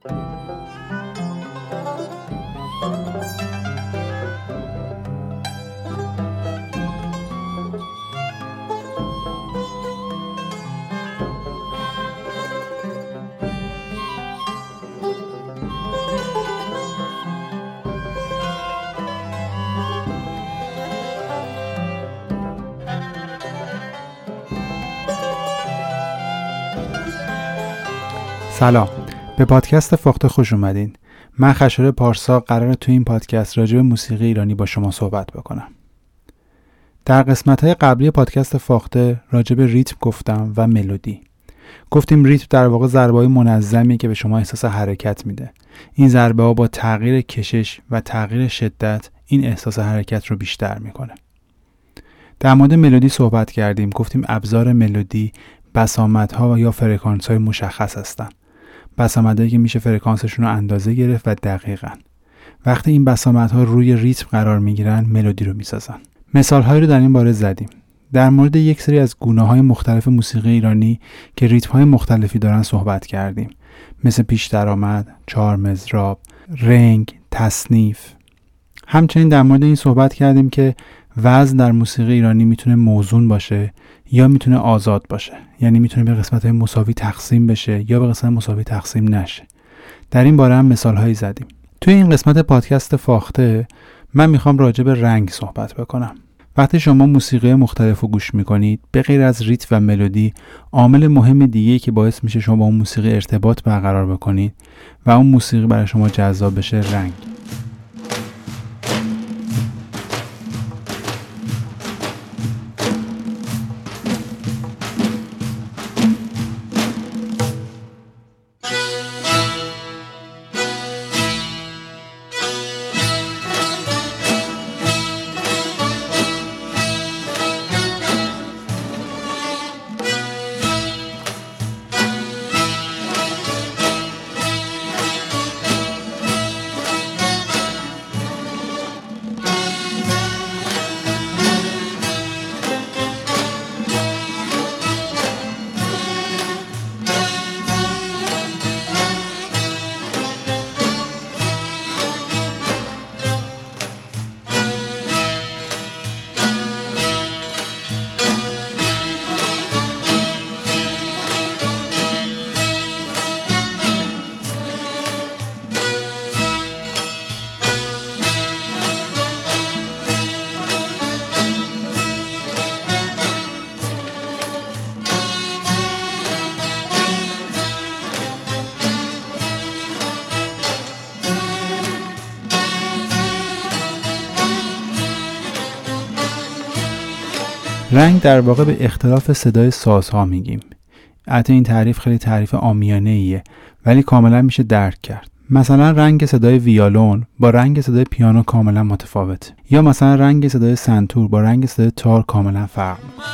سلام، به پادکست فاخته خوش اومدین. من خشایار پارسا قراره تو این پادکست راجع به موسیقی ایرانی با شما صحبت بکنم. در قسمت‌های قبلی پادکست فاخته راجع به ریتم گفتم و ملودی. گفتیم ریتم در واقع ضربه‌های منظمی که به شما احساس حرکت میده. این ضربه‌ها با تغییر کشش و تغییر شدت این احساس حرکت رو بیشتر میکنه. در مورد ملودی صحبت کردیم. گفتیم ابزار ملودی بسامدها یا فرکانس‌های مشخص هستن. بسامدهایی که میشه فرکانسشون رو اندازه گرفت و دقیقاً وقتی این بسامدها روی ریتم قرار میگیرن ملودی رو میسازن. مثال‌هایی رو در این باره زدیم. در مورد یک سری از گونه‌های مختلف موسیقی ایرانی که ریتم‌های مختلفی دارن صحبت کردیم، مثل پیش درآمد، چهار مضراب، رنگ، تصنیف. همچنین در مورد این صحبت کردیم که وزن در موسیقی ایرانی میتونه موزون باشه یا میتونه آزاد باشه، یعنی میتونه به قسمت‌های مساوی تقسیم بشه یا به قسمت مساوی تقسیم نشه. در این باره هم مثال‌هایی زدیم. توی این قسمت پادکست فاخته من میخوام راجع به رنگ صحبت بکنم. وقتی شما موسیقی مختلف رو گوش میکنید، به غیر از ریتم و ملودی، عامل مهم دیگه‌ای که باعث میشه شما با اون موسیقی ارتباط برقرار بکنید و اون موسیقی برای شما جذاب بشه، رنگ. رنگ در واقع به اختلاف صدای سازها میگیم. البته این تعریف خیلی تعریف عامیانه ایه، ولی کاملا میشه درک کرد. مثلا رنگ صدای ویولون با رنگ صدای پیانو کاملا متفاوت، یا مثلا رنگ صدای سنتور با رنگ صدای تار کاملا فرق میکنه.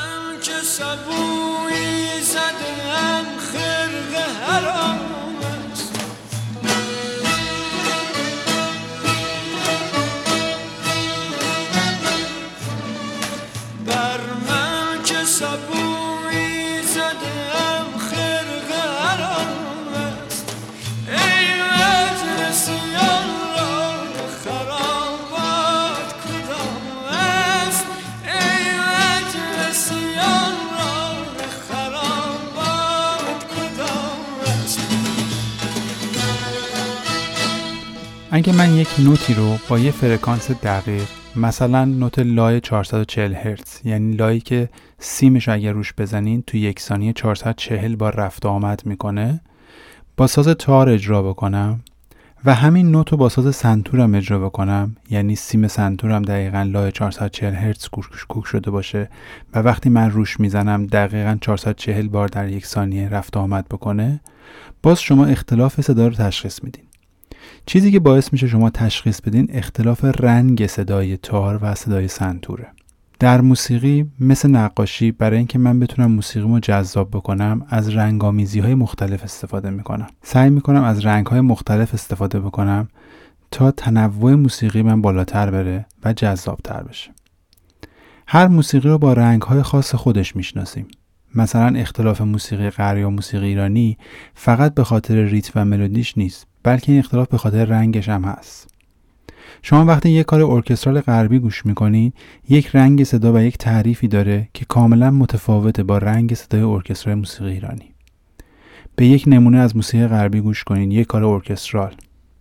اگه من یک نوتی رو با یه فرکانس دقیق، مثلا نوت لای 440 هرتز، یعنی لایی که سیمش اگر روش بزنین تو یک ثانیه 440 بار رفت و آمد میکنه، با ساز تار اجرا بکنم و همین نوت رو با ساز سنتورم اجرا بکنم، یعنی سیم سنتورم دقیقاً لای 440 هرتز کوک شده باشه و وقتی من روش میزنم دقیقاً 440 بار در یک ثانیه رفت و آمد بکنه، باز شما اختلاف صدا رو تشخیص میدین. چیزی که باعث میشه شما تشخیص بدین اختلاف رنگ صدای تار و صدای سنتوره. در موسیقی مثل نقاشی، برای اینکه من بتونم موسیقیمو جذاب بکنم، از رنگامیزی‌های مختلف استفاده میکنم. سعی میکنم از رنگ‌های مختلف استفاده بکنم تا تنوع موسیقی من بالاتر بره و جذابتر بشه. هر موسیقی رو با رنگ‌های خاص خودش میشناسیم. مثلا اختلاف موسیقی غربی و موسیقی ایرانی فقط به خاطر ریتم و ملودیش نیست، بلکه این اختلاف به خاطر رنگش هم هست. شما وقتی یک کار ارکسترال غربی گوش میکنین، یک رنگ صدا و یک تعریفی داره که کاملا متفاوته با رنگ صدای ارکسترای موسیقی ایرانی. به یک نمونه از موسیقی غربی گوش کنین، یک کار ارکسترال.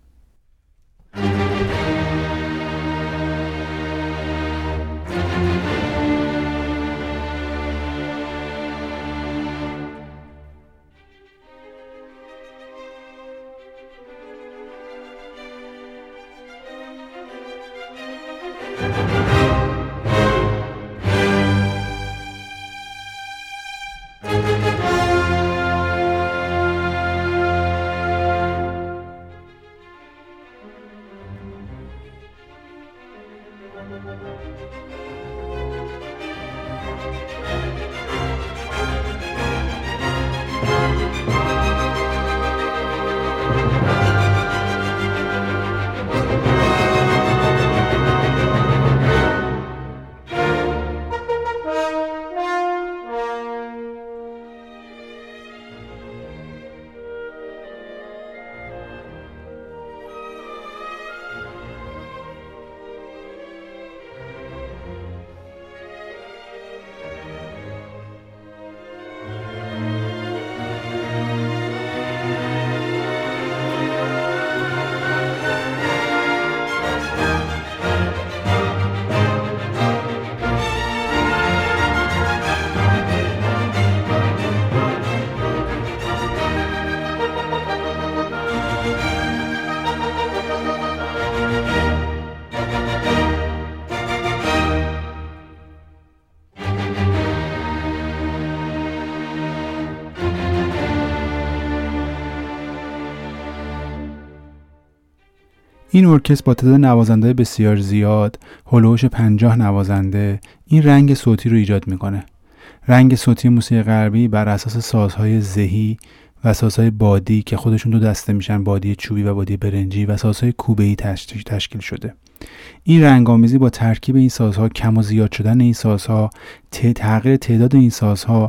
این ارکستر با تعداد نوازنده بسیار زیاد، هولوش 50 نوازنده، این رنگ صوتی رو ایجاد میکنه. رنگ صوتی موسیقی غربی بر اساس سازهای زهی و سازهای بادی که خودشون دو دسته میشن، بادی چوبی و بادی برنجی، و سازهای کوبه‌ای تشکیل شده. این رنگامیزی با ترکیب این سازها، کم و زیاد شدن این سازها، تغییر تعداد این سازها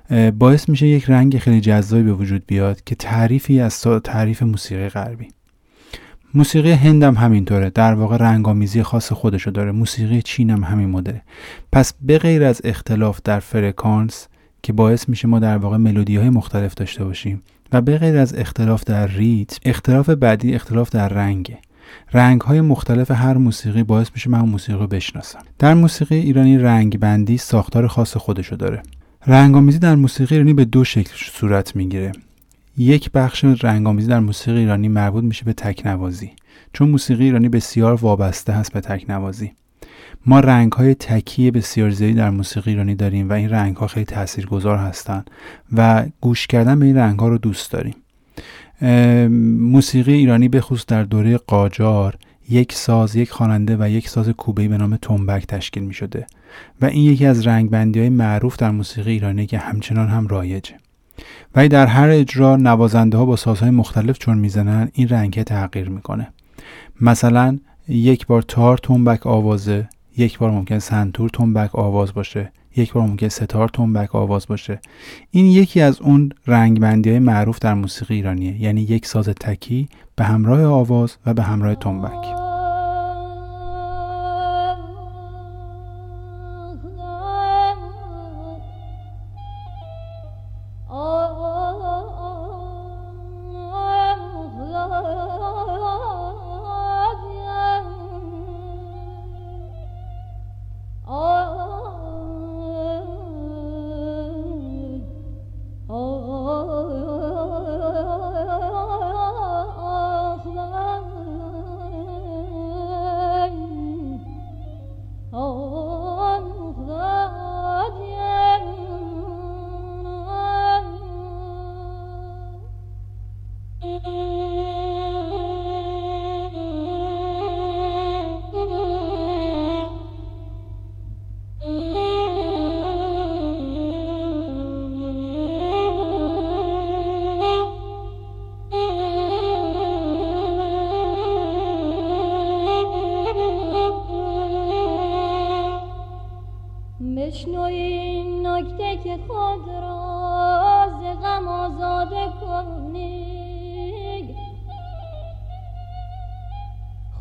باعث میشه یک رنگ خیلی جذابی به وجود بیاد که تعریفی از تعریف موسیقی غربی. موسیقی هند هم همینطوره، در واقع رنگامیزی خاص خودشو داره. موسیقی چین هم همین مدله. پس به غیر از اختلاف در فرکانس که باعث میشه ما در واقع ملودی‌های مختلف داشته باشیم و به غیر از اختلاف در ریتم، اختلاف بعدی اختلاف در رنگه. رنگ‌های مختلف هر موسیقی باعث میشه من موسیقی رو بشناسم. در موسیقی ایرانی رنگ بندی ساختار خاص خودشو داره. رنگامیزی در موسیقی ایرانی به دو شکل صورت میگیره. یک بخش رنگامیزی در موسیقی ایرانی مربوط میشه به تکنوازی، چون موسیقی ایرانی بسیار وابسته هست به تکنوازی. ما رنگ‌های تکی بسیار زیادی در موسیقی ایرانی داریم و این رنگ‌ها خیلی تاثیرگذار هستن و گوش کردن به این رنگ‌ها رو دوست داریم. موسیقی ایرانی به خصوص در دوره قاجار یک ساز، یک خواننده و یک ساز کوبه‌ای به نام تنبک تشکیل می‌شده و این یکی از رنگ‌بندی‌های معروف در موسیقی ایرانی که همچنان هم رایجه. ولی در هر اجرا نوازنده ها با سازهای مختلف چون میزنن این رنگه تغییر میکنه. مثلا یک بار تار تنبک آوازه، یک بار ممکن سنتور تنبک آواز باشه، یک بار ممکن ستار تنبک آواز باشه. این یکی از اون رنگبندی‌های معروف در موسیقی ایرانیه، یعنی یک ساز تکی به همراه آواز و به همراه تنبک.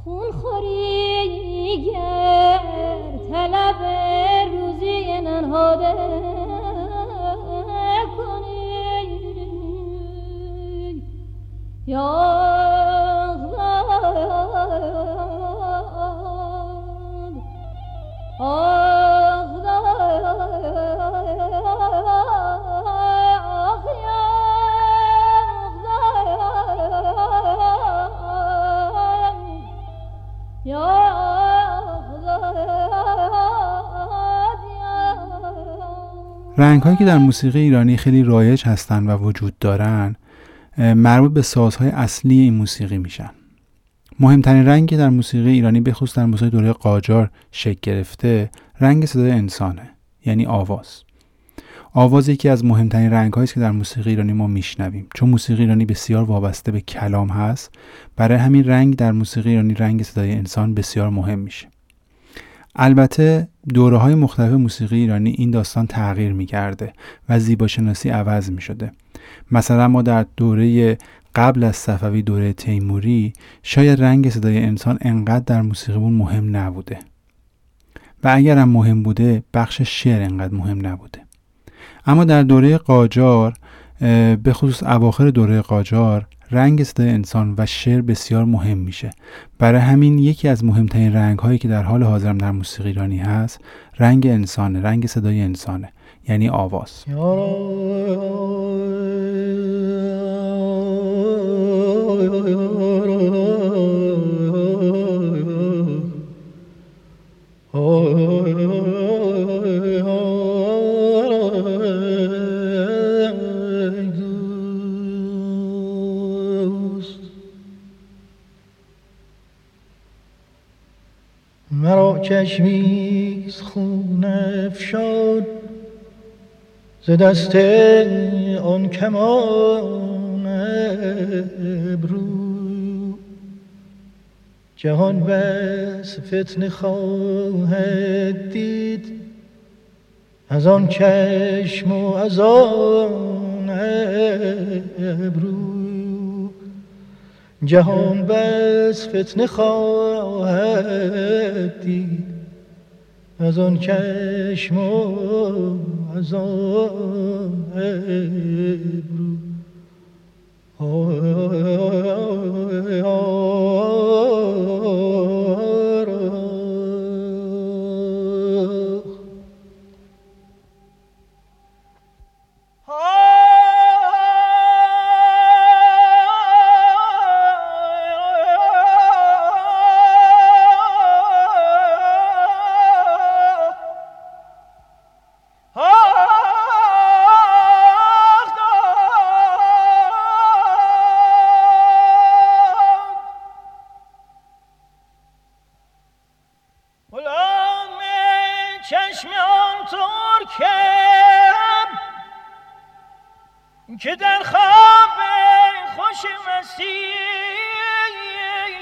خون خوری گر طلب روزی ننهاده کنی یا رنگ‌هایی که در موسیقی ایرانی خیلی رایج هستن و وجود دارن مربوط به سازهای اصلی این موسیقی میشن. مهمترین رنگی که در موسیقی ایرانی به خصوص در موسیقی دوره قاجار شکل گرفته رنگ صدای انسانه، یعنی آواز. آواز یکی از مهمترین رنگ‌هایی است که در موسیقی ایرانی ما میشنویم. چون موسیقی ایرانی بسیار وابسته به کلام هست، برای همین رنگ در موسیقی ایرانی رنگ صدای انسان بسیار مهم میشه. البته دوره‌های مختلف موسیقی ایرانی این داستان تغییر می‌کرده و زیباشناسی عوض می‌شده. مثلا ما در دوره قبل از صفوی، دوره تیموری، شاید رنگ صدای انسان انقدر در موسیقیمون مهم نبوده و اگر هم مهم بوده بخش شعر انقدر مهم نبوده. اما در دوره قاجار، به خصوص اواخر دوره قاجار، رنگ صدای انسان و شعر بسیار مهم میشه. برای همین یکی از مهمترین رنگ‌هایی که در حال حاضر در موسیقی ایرانی هست رنگ انسانه، رنگ صدای انسانه، یعنی آواز. مرا چشمیز خون افشان ز دست آن کمان ابرو، جهان بس فتنه خواهد دید از آن چشم و از آن ابرو، جهان بس فتنه خواهد دید از آن چشم و از آن ابرو. که در خواب خوش مسیح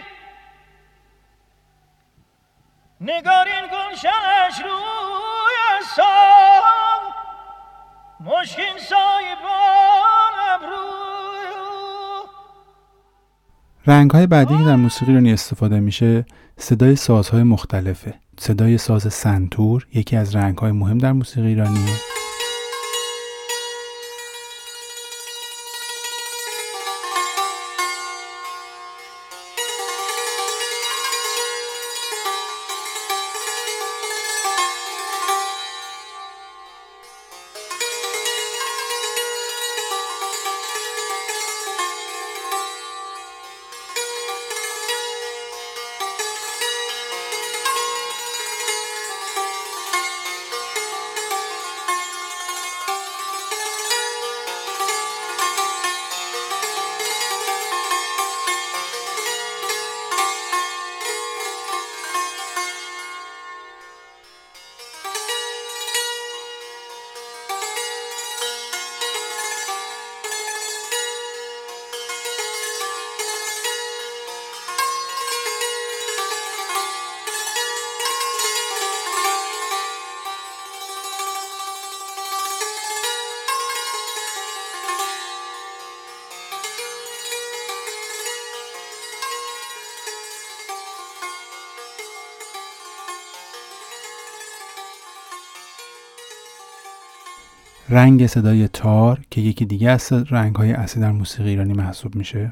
نگارین گلشنش روی سام مشکین سایبان ابرو. رنگ‌های بعدی که در موسیقی ایرانی استفاده میشه صدای سازهای مختلفه. صدای ساز سنتور یکی از رنگ‌های مهم در موسیقی ایرانیه. رنگ صدای تار که یکی دیگه از رنگ‌های اصلی در موسیقی ایرانی محسوب میشه.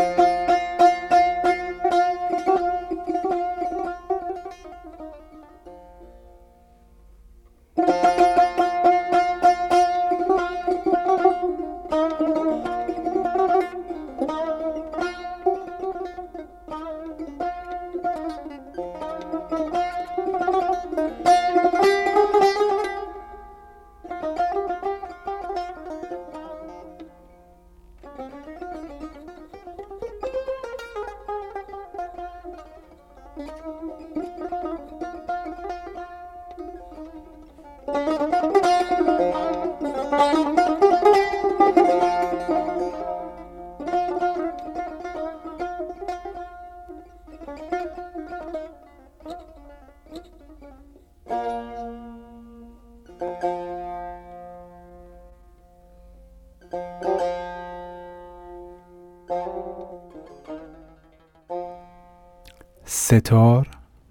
ستار،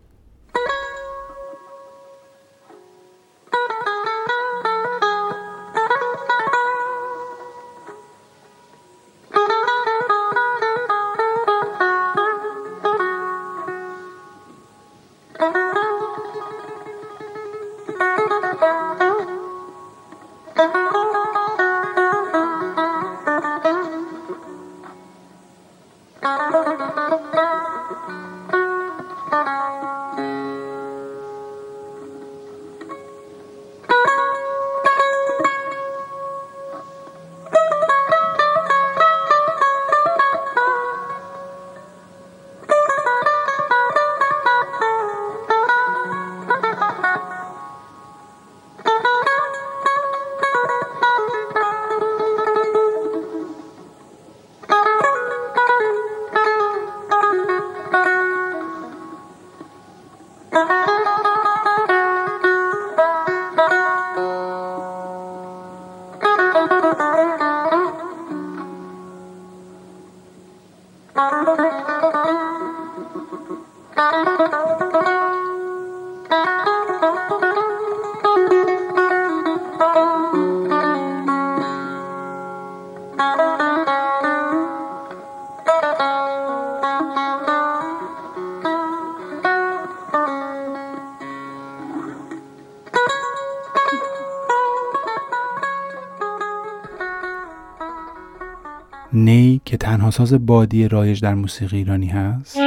نی که تنها ساز بادی رایج در موسیقی ایرانی هست.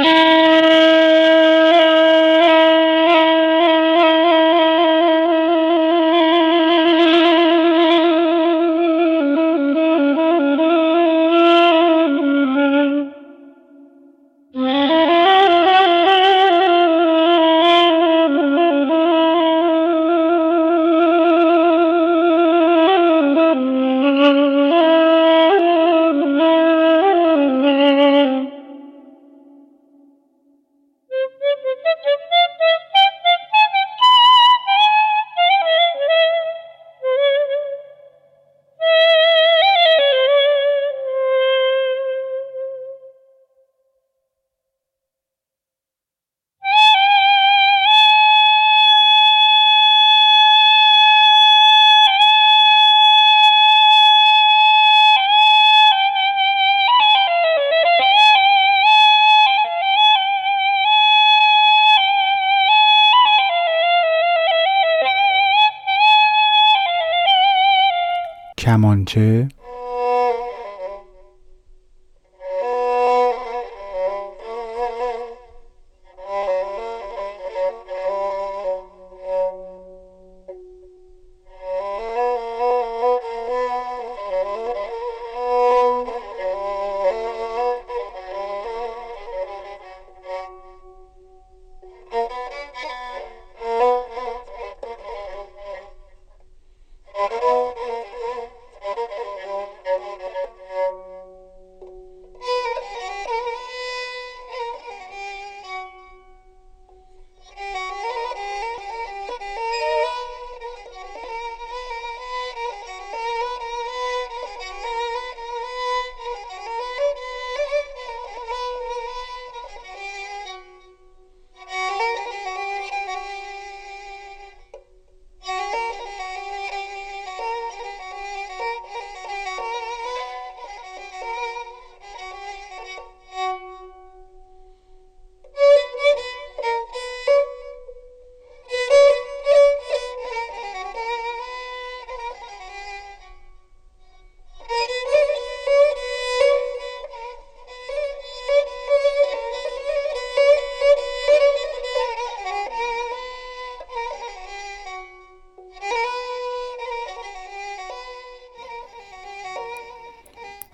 کمانچه،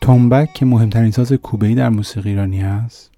تنبک که مهمترین ساز کوبه‌ای در موسیقی ایرانی است.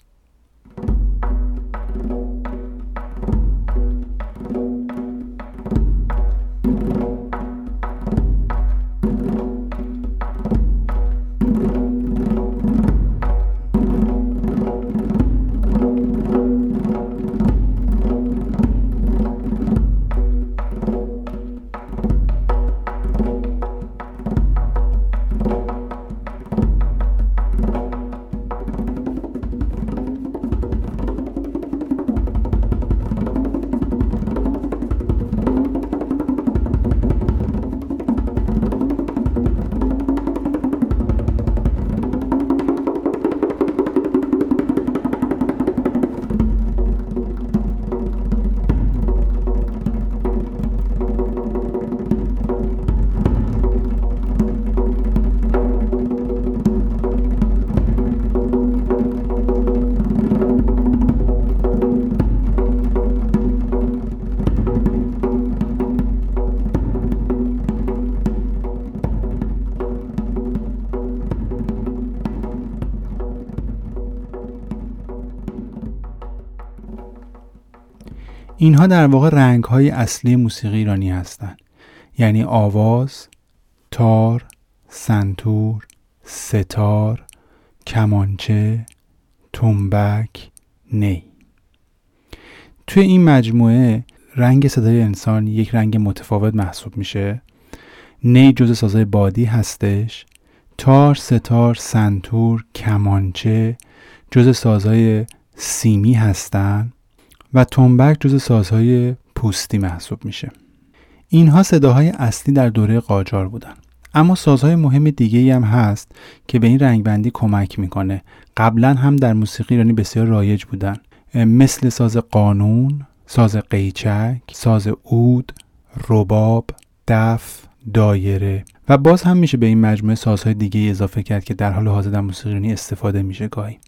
اینها در واقع رنگ‌های اصلی موسیقی ایرانی هستند. یعنی آواز، تار، سنتور، ستار، کمانچه، تنبک، نی. توی این مجموعه رنگ صدای انسان یک رنگ متفاوت محسوب میشه. نی جزء سازهای بادی هستش. تار، ستار، سنتور، کمانچه جزء سازهای سیمی هستن و تنبک جزء سازهای پوستی محسوب میشه. اینها صداهای اصلی در دوره قاجار بودن. اما سازهای مهم دیگه‌ای هم هست که به این رنگبندی کمک میکنه. قبلا هم در موسیقی ایرانی بسیار رایج بودن، مثل ساز قانون، ساز قیچک، ساز عود، رباب، دف، دایره و باز هم میشه به این مجموعه سازهای دیگه اضافه کرد که در حال حاضر در موسیقی ایرانی استفاده میشه گاهی.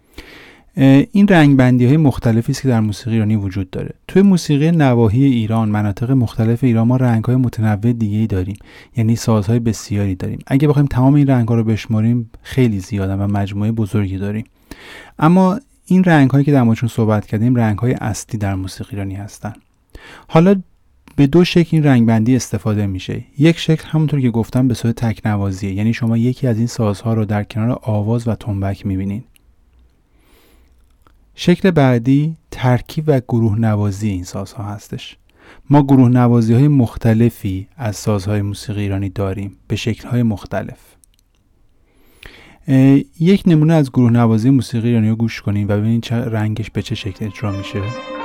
این رنگبندی‌های مختلفی است که در موسیقی ایرانی وجود داره. توی موسیقی نواحی ایران، مناطق مختلف ایران ما رنگ‌های متنوع دیگه‌ای داریم، یعنی سازهای بسیاری داریم. اگه بخوایم تمام این رنگ‌ها رو بشماریم خیلی زیادن و مجموعه بزرگی داریم. اما این رنگ‌هایی که در موردشون صحبت کردیم رنگ‌های اصلی در موسیقی ایرانی هستن. حالا به دو شکل این رنگبندی استفاده میشه. یک شکل همونطور که گفتم به صورت تکنوازیه، یعنی شما یکی از این سازها رو در کنار آواز و تنبک می‌بینید. شکل بعدی ترکیب و گروه نوازی این سازها هستش. ما گروه نوازی های مختلفی از سازهای موسیقی ایرانی داریم به شکل‌های مختلف. یک نمونه از گروه نوازی موسیقی ایرانی رو گوش کنیم و ببینید چه رنگش به چه شکل اجرا میشه.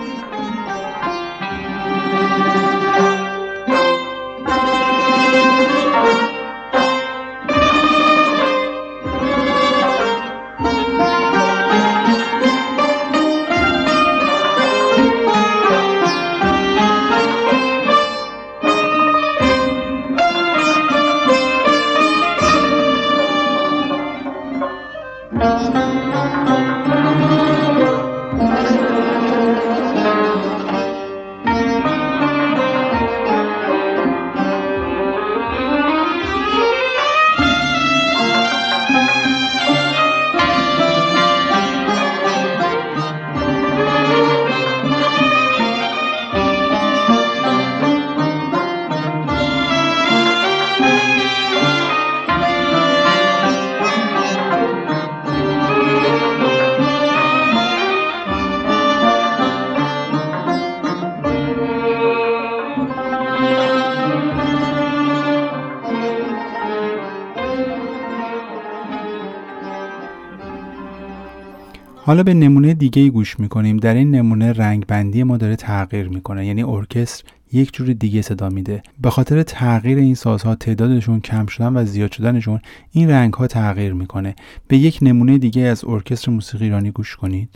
حالا به نمونه دیگه‌ای گوش می‌کنیم. در این نمونه رنگبندی ما داره تغییر می‌کنه، یعنی ارکستر یک جور دیگه صدا میده. به خاطر تغییر این سازها، تعدادشون کم شدن و زیاد شدنشون، این رنگ‌ها تغییر می‌کنه. به یک نمونه دیگه از ارکستر موسیقی ایرانی گوش کنید.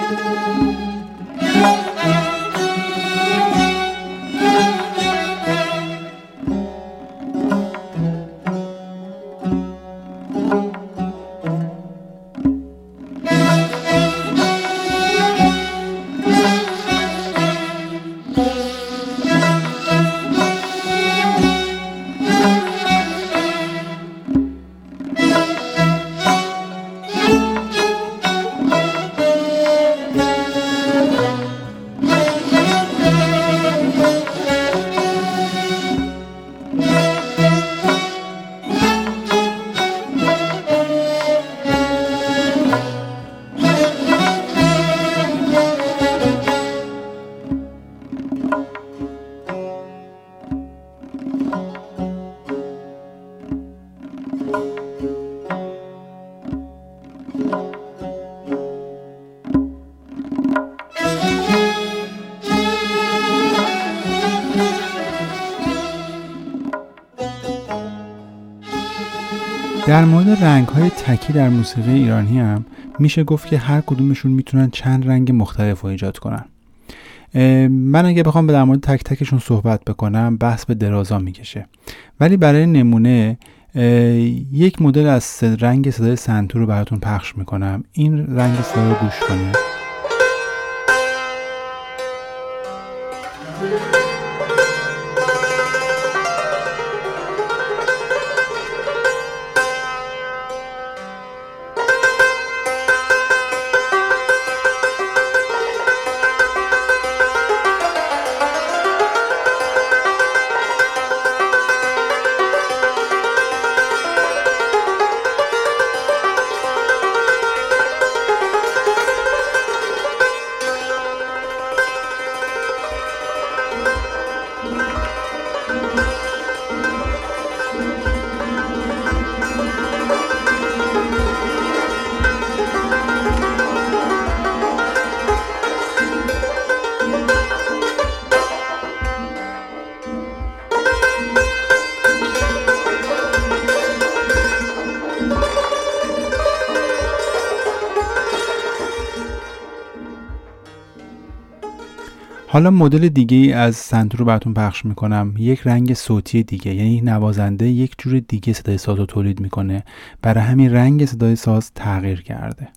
در مورد رنگ‌های تکی در موسیقی ایرانی هم میشه گفت که هر کدومشون میتونن چند رنگ مختلف رو ایجاد کنن. من اگه بخوام در مورد تک تکشون صحبت بکنم بحث به درازا میکشه، ولی برای نمونه یک مدل از رنگ صدای سنتور رو براتون پخش میکنم. این رنگ صدا رو گوش کنید. حالا مدل دیگه ای از سنتور رو براتون پخش میکنم. یک رنگ صوتی دیگه، یعنی نوازنده یک جور دیگه صدای ساز رو تولید میکنه، برای همین رنگ صدای ساز تغییر کرده.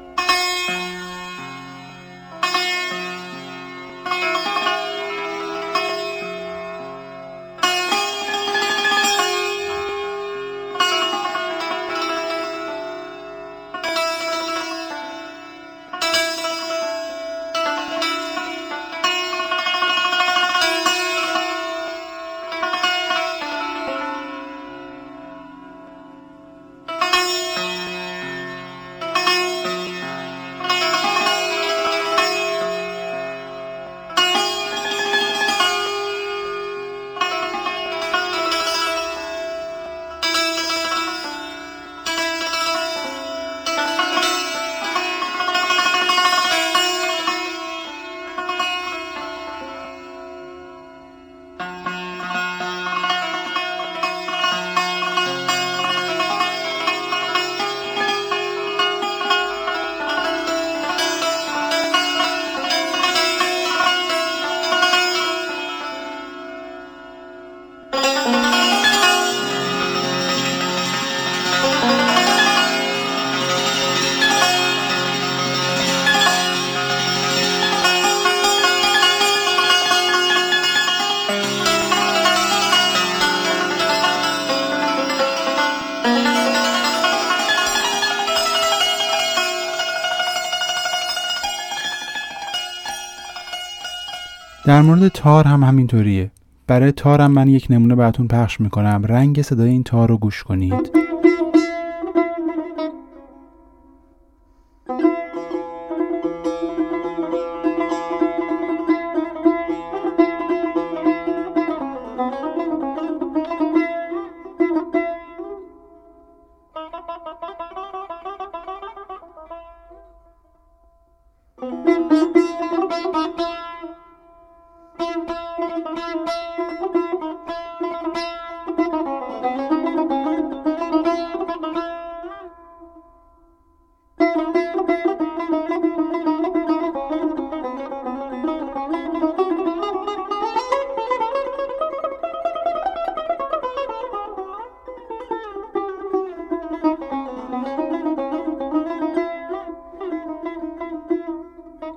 در مورد تار هم همینطوریه. برای تار هم من یک نمونه براتون پخش میکنم. رنگ صدای این تار رو گوش کنید.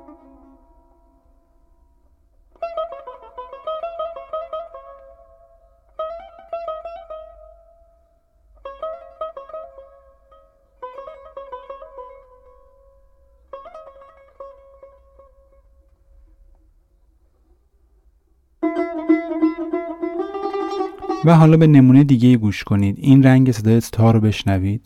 و حالا به نمونه دیگه گوش کنید. این رنگ صدای تا رو بشنوید.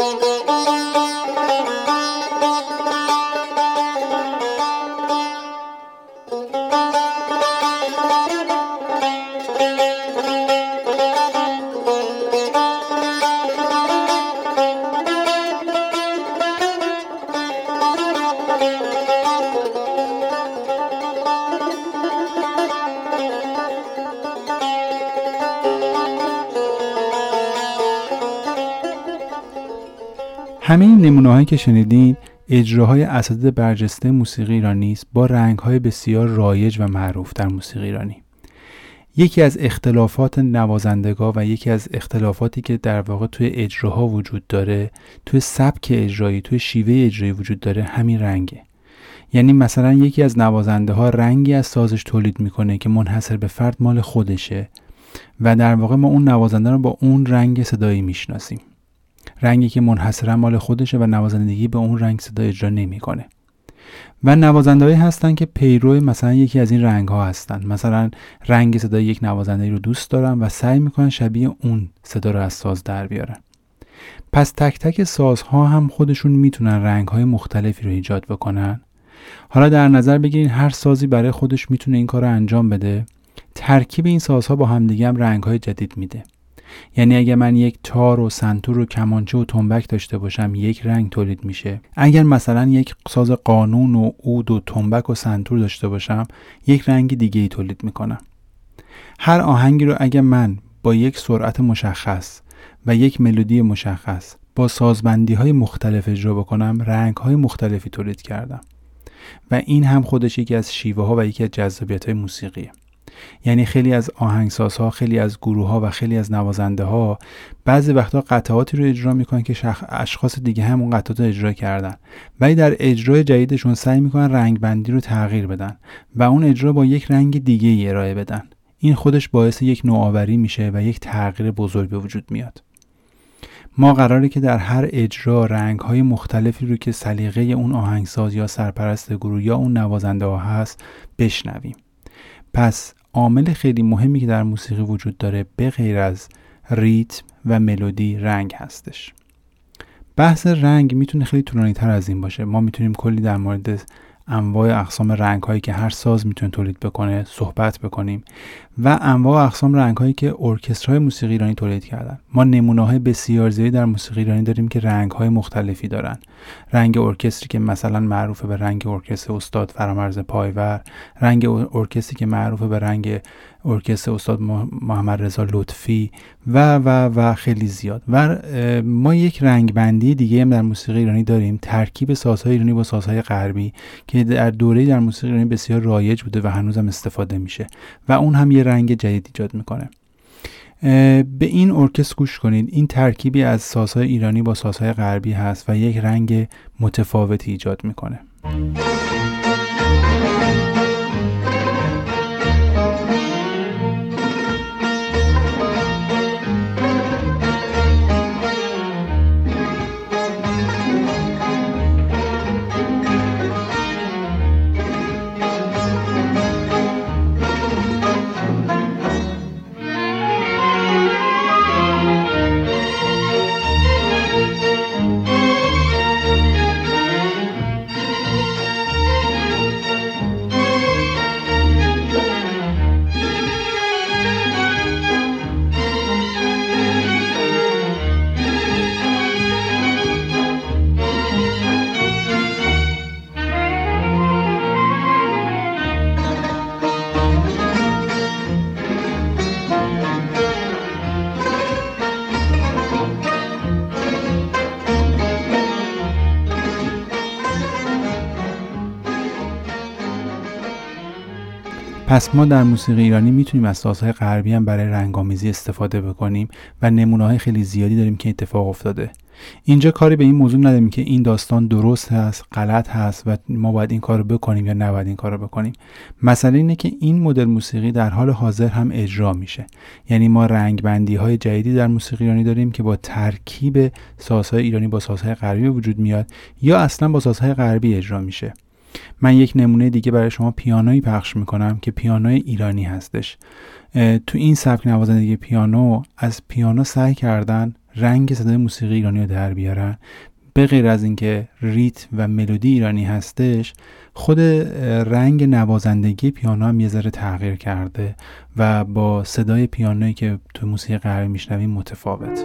همه این نمونه‌هایی که شنیدین اجراهای اساتید برجسته موسیقی ایرانی است با رنگ‌های بسیار رایج و معروف در موسیقی ایرانی. یکی از اختلافات نوازندگان و یکی از اختلافاتی که در واقع توی اجراها وجود داره، توی سبک اجرایی، توی شیوه اجرایی وجود داره، همین رنگه. یعنی مثلا یکی از نوازنده‌ها رنگی از سازش تولید میکنه که منحصر به فرد مال خودشه و در واقع ما اون نوازنده رو با اون رنگ صدایی میشناسیم. رنگی که منحصرا مال خودشه و نوازندگی به اون رنگ صدا اجرا نمیکنه. و نوازنده‌هایی هستن که پیرو مثلا یکی از این رنگ‌ها هستن. مثلا رنگ صدای یک نوازنده رو دوست دارن و سعی میکنن شبیه اون صدا رو از ساز در بیارن. پس تک تک سازها هم خودشون میتونن رنگ‌های مختلفی رو ایجاد بکنن. حالا در نظر بگیرین هر سازی برای خودش میتونه این کار رو انجام بده. ترکیب این سازها با همدیگه هم رنگ‌های جدید میده. یعنی اگه من یک تار و سنتور و کمانچه و تنبک داشته باشم یک رنگ تولید میشه. اگر مثلا یک ساز قانون و عود و تنبک و سنتور داشته باشم یک رنگ دیگه ای تولید میکنم. هر آهنگی رو اگه من با یک سرعت مشخص و یک ملودی مشخص با سازبندی های مختلف اجرا بکنم رنگ های مختلفی تولید کردم و این هم خودش یکی از شیوه ها و یکی از جذابیت های موسیقیه. یعنی خیلی از آهنگسازها، خیلی از گروه‌ها و خیلی از نوازنده‌ها بعضی وقتا قطعاتی رو اجرا میکنن که اشخاص دیگه هم اون قطعات رو اجرا کردن ولی در اجرای جدیدشون سعی میکنن رنگ بندی رو تغییر بدن و اون اجرا با یک رنگ دیگه ای ارائه بدن. این خودش باعث یک نوآوری میشه و یک تغییر بزرگ به وجود میاد. ما قراره که در هر اجرا رنگ‌های مختلفی رو که سلیقه اون آهنگساز یا سرپرست گروه یا اون نوازنده‌ها هست بشنویم. پس عامل خیلی مهمی که در موسیقی وجود داره به غیر از ریتم و ملودی رنگ هستش. بحث رنگ میتونه خیلی طولانی تر از این باشه. ما میتونیم کلی در مورد انواع اقسام رنگ هایی که هر ساز میتونه تولید بکنه صحبت بکنیم و انواع اقسام رنگ هایی که ارکسترهای موسیقی ایرانی تولید کردن. ما نمونه های بسیار زیادی در موسیقی ایرانی داریم که رنگ های مختلفی دارن. رنگ ارکستری که مثلا معروفه به رنگ ارکستر استاد فرامرز پایور، رنگ ارکستری که معروفه به رنگ ارکستر استاد محمد رضا لطفی و خیلی زیاد. و ما یک رنگ بندی دیگه هم در موسیقی ایرانی داریم، ترکیب سازهای ایرانی با سازهای غربی که در دوره‌ای در موسیقی ایرانی بسیار رایج بوده و هنوزم استفاده میشه و اون هم یه رنگ جدید ایجاد میکنه. به این ارکستر گوش کنید. این ترکیبی از سازهای ایرانی با سازهای غربی هست و یک رنگ متفاوتی ایجاد میکنه. پس ما در موسیقی ایرانی میتونیم از سازهای غربی هم برای رنگامیزی استفاده بکنیم و نمونه‌های خیلی زیادی داریم که اتفاق افتاده. اینجا کاری به این موضوع نداریم که این داستان درست هست، غلط هست و ما باید این کارو بکنیم یا نباید این کارو بکنیم. مسئله اینه که این مدل موسیقی در حال حاضر هم اجرا میشه. یعنی ما رنگ بندی های جدیدی در موسیقی ایرانی داریم که با ترکیب سازهای ایرانی با سازهای غربی وجود میاد یا اصلا با سازهای غربی اجرا میشه. من یک نمونه دیگه برای شما پیانویی پخش میکنم که پیانوی ایرانی هستش. تو این سبک نوازندگی پیانو از پیانو سعی کردن رنگ صدای موسیقی ایرانی رو در بیارن. به غیر از اینکه ریتم و ملودی ایرانی هستش، خود رنگ نوازندگی پیانو هم یه ذره تغییر کرده و با صدای پیانویی که تو موسیقی غربی میشنویم متفاوت.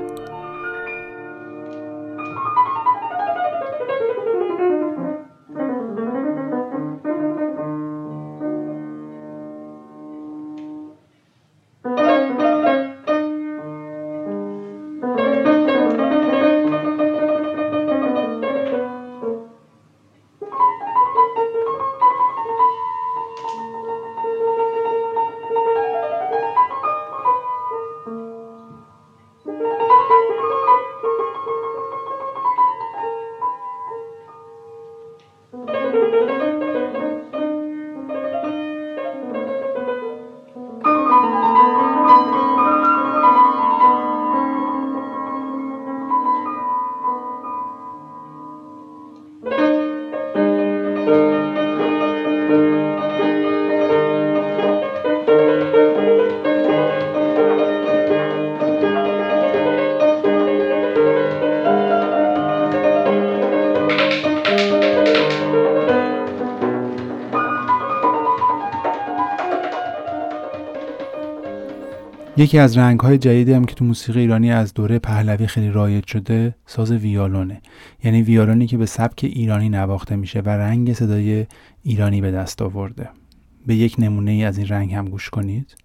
یکی از رنگ‌های جدیدی هم که تو موسیقی ایرانی از دوره پهلوی خیلی رایج شده ساز ویولونه. یعنی ویولونی که به سبک ایرانی نواخته میشه و رنگ صدای ایرانی به دست آورده. به یک نمونه ای از این رنگ هم گوش کنید.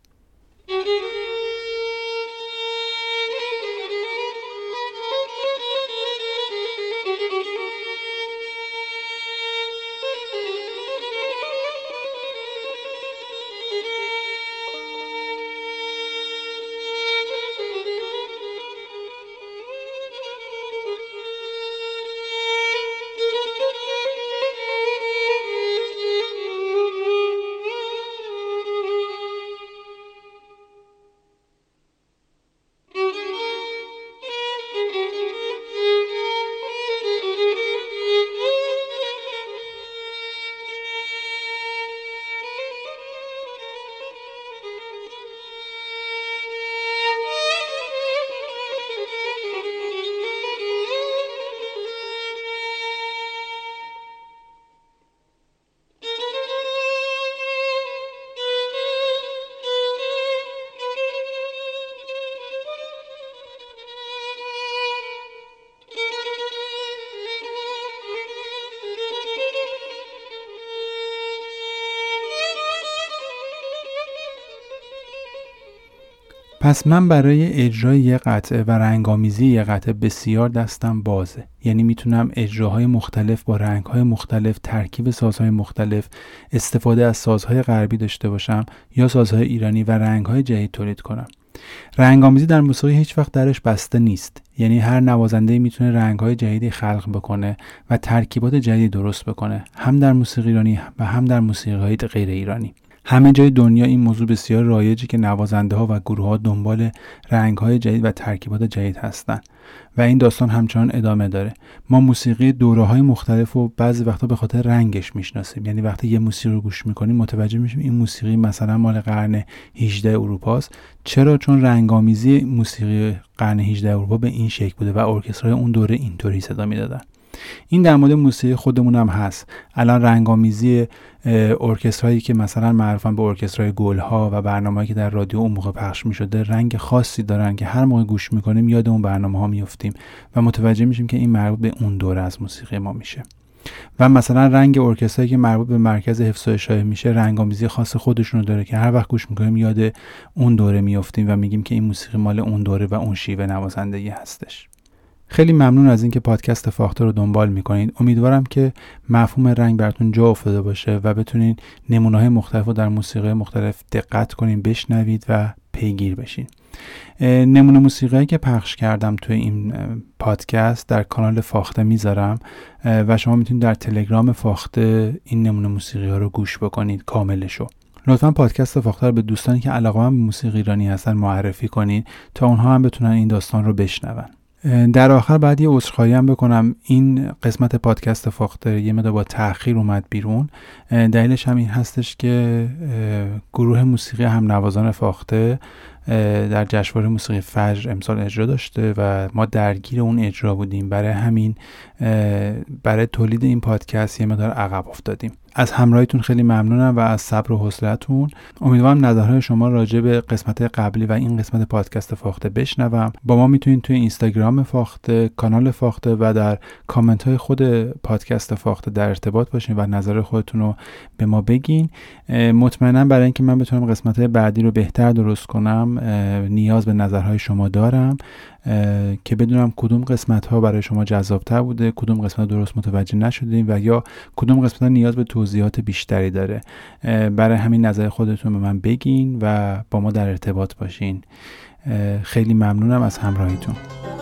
پس من برای اجرای یه قطعه و رنگامیزی یه قطعه بسیار دستم بازه. یعنی میتونم اجراهای مختلف با رنگهای مختلف، ترکیب سازهای مختلف، استفاده از سازهای غربی داشته باشم یا سازهای ایرانی و رنگهای جدید تولید کنم. رنگامیزی در موسیقی هیچ وقت درش بسته نیست. یعنی هر نوازنده میتونه رنگهای جدیدی خلق بکنه و ترکیبات جدید درست بکنه، هم در موسیقی ایرانی و هم در موسیقی‌های غیر ایرانی. همه جای دنیا این موضوع بسیار رایجه که نوازنده‌ها و گروه‌ها دنبال رنگ‌های جدید و ترکیبات جدید هستن و این داستان همچنان ادامه داره. ما موسیقی دوره‌های مختلف و بعضی وقتا به خاطر رنگش میشناسیم. یعنی وقتی یه موسیقی رو گوش می‌کنیم متوجه میشیم این موسیقی مثلا مال قرن 18 اروپاست. چرا؟ چون رنگامیزی موسیقی قرن 18 اروپا به این شکل بوده و ارکسترهای اون دوره اینطوری صدا میدادن. این در مورد موسیقی خودمون هم هست. الان رنگامیزی ارکسترهایی که مثلا معروفن به ارکسترهای گلها و برنامه‌ای که در رادیو اون موقع پخش می‌شده رنگ خاصی دارن که هر موقع گوش می‌کنیم یاد اون برنامه‌ها میافتیم و متوجه میشیم که این مربوط به اون دوره از موسیقی ما میشه. و مثلا رنگ ارکسترایی که مربوط به مرکز حفظ و اشاعه میشه رنگامیزی خاص خودشونو داره که هر وقت گوش می‌کنیم یاد اون دوره میافتیم و میگیم که این موسیقی مال اون دوره و اون شیوه نوازندگی هستش. خیلی ممنون از اینکه پادکست فاخته رو دنبال میکنید. امیدوارم که مفهوم رنگ براتون جا افتاده باشه و بتونید نمونه‌های مختلف رو در موسیقی مختلف دقت کنین، بشنوید و پیگیر بشین. نمونه موسیقی که پخش کردم توی این پادکست در کانال فاخته میذارم و شما میتونید در تلگرام فاخته این نمونه موسیقی ها رو گوش بکنید کاملشو. لطفاً پادکست فاخته رو به دوستانی که علاقه‌مند به موسیقی ایرانی هستن معرفی کنید تا اونها هم بتونن این داستان رو بشنون. در آخر بعد یه عذرخواهی هم بکنم، این قسمت پادکست فاخته یه مقدار با تأخیر اومد بیرون. دلیلش هم این هستش که گروه موسیقی هم نوازان فاخته در جشنواره موسیقی فجر امسال اجرا داشته و ما درگیر اون اجرا بودیم، برای همین برای تولید این پادکست یه مقدار عقب افتادیم. از همراهیتون خیلی ممنونم و از صبر و حوصله‌تون. امیدوارم نظرهای شما راجع به قسمت قبلی و این قسمت پادکست فاخته بشنوم. با ما میتونید توی اینستاگرام فاخته، کانال فاخته و در کامنت های خود پادکست فاخته در ارتباط باشین و نظر خودتون رو به ما بگین. مطمئنم برای اینکه من بتونم قسمت های بعدی رو بهتر درست کنم نیاز به نظرهای شما دارم که بدونم کدوم قسمت ها برای شما جذابتر بوده، کدوم قسمت درست متوجه نشدیم و یا کدوم قسمت ها نیاز به توضیحات بیشتری داره. برای همین نظر خودتون به من بگین و با ما در ارتباط باشین. خیلی ممنونم از همراهیتون.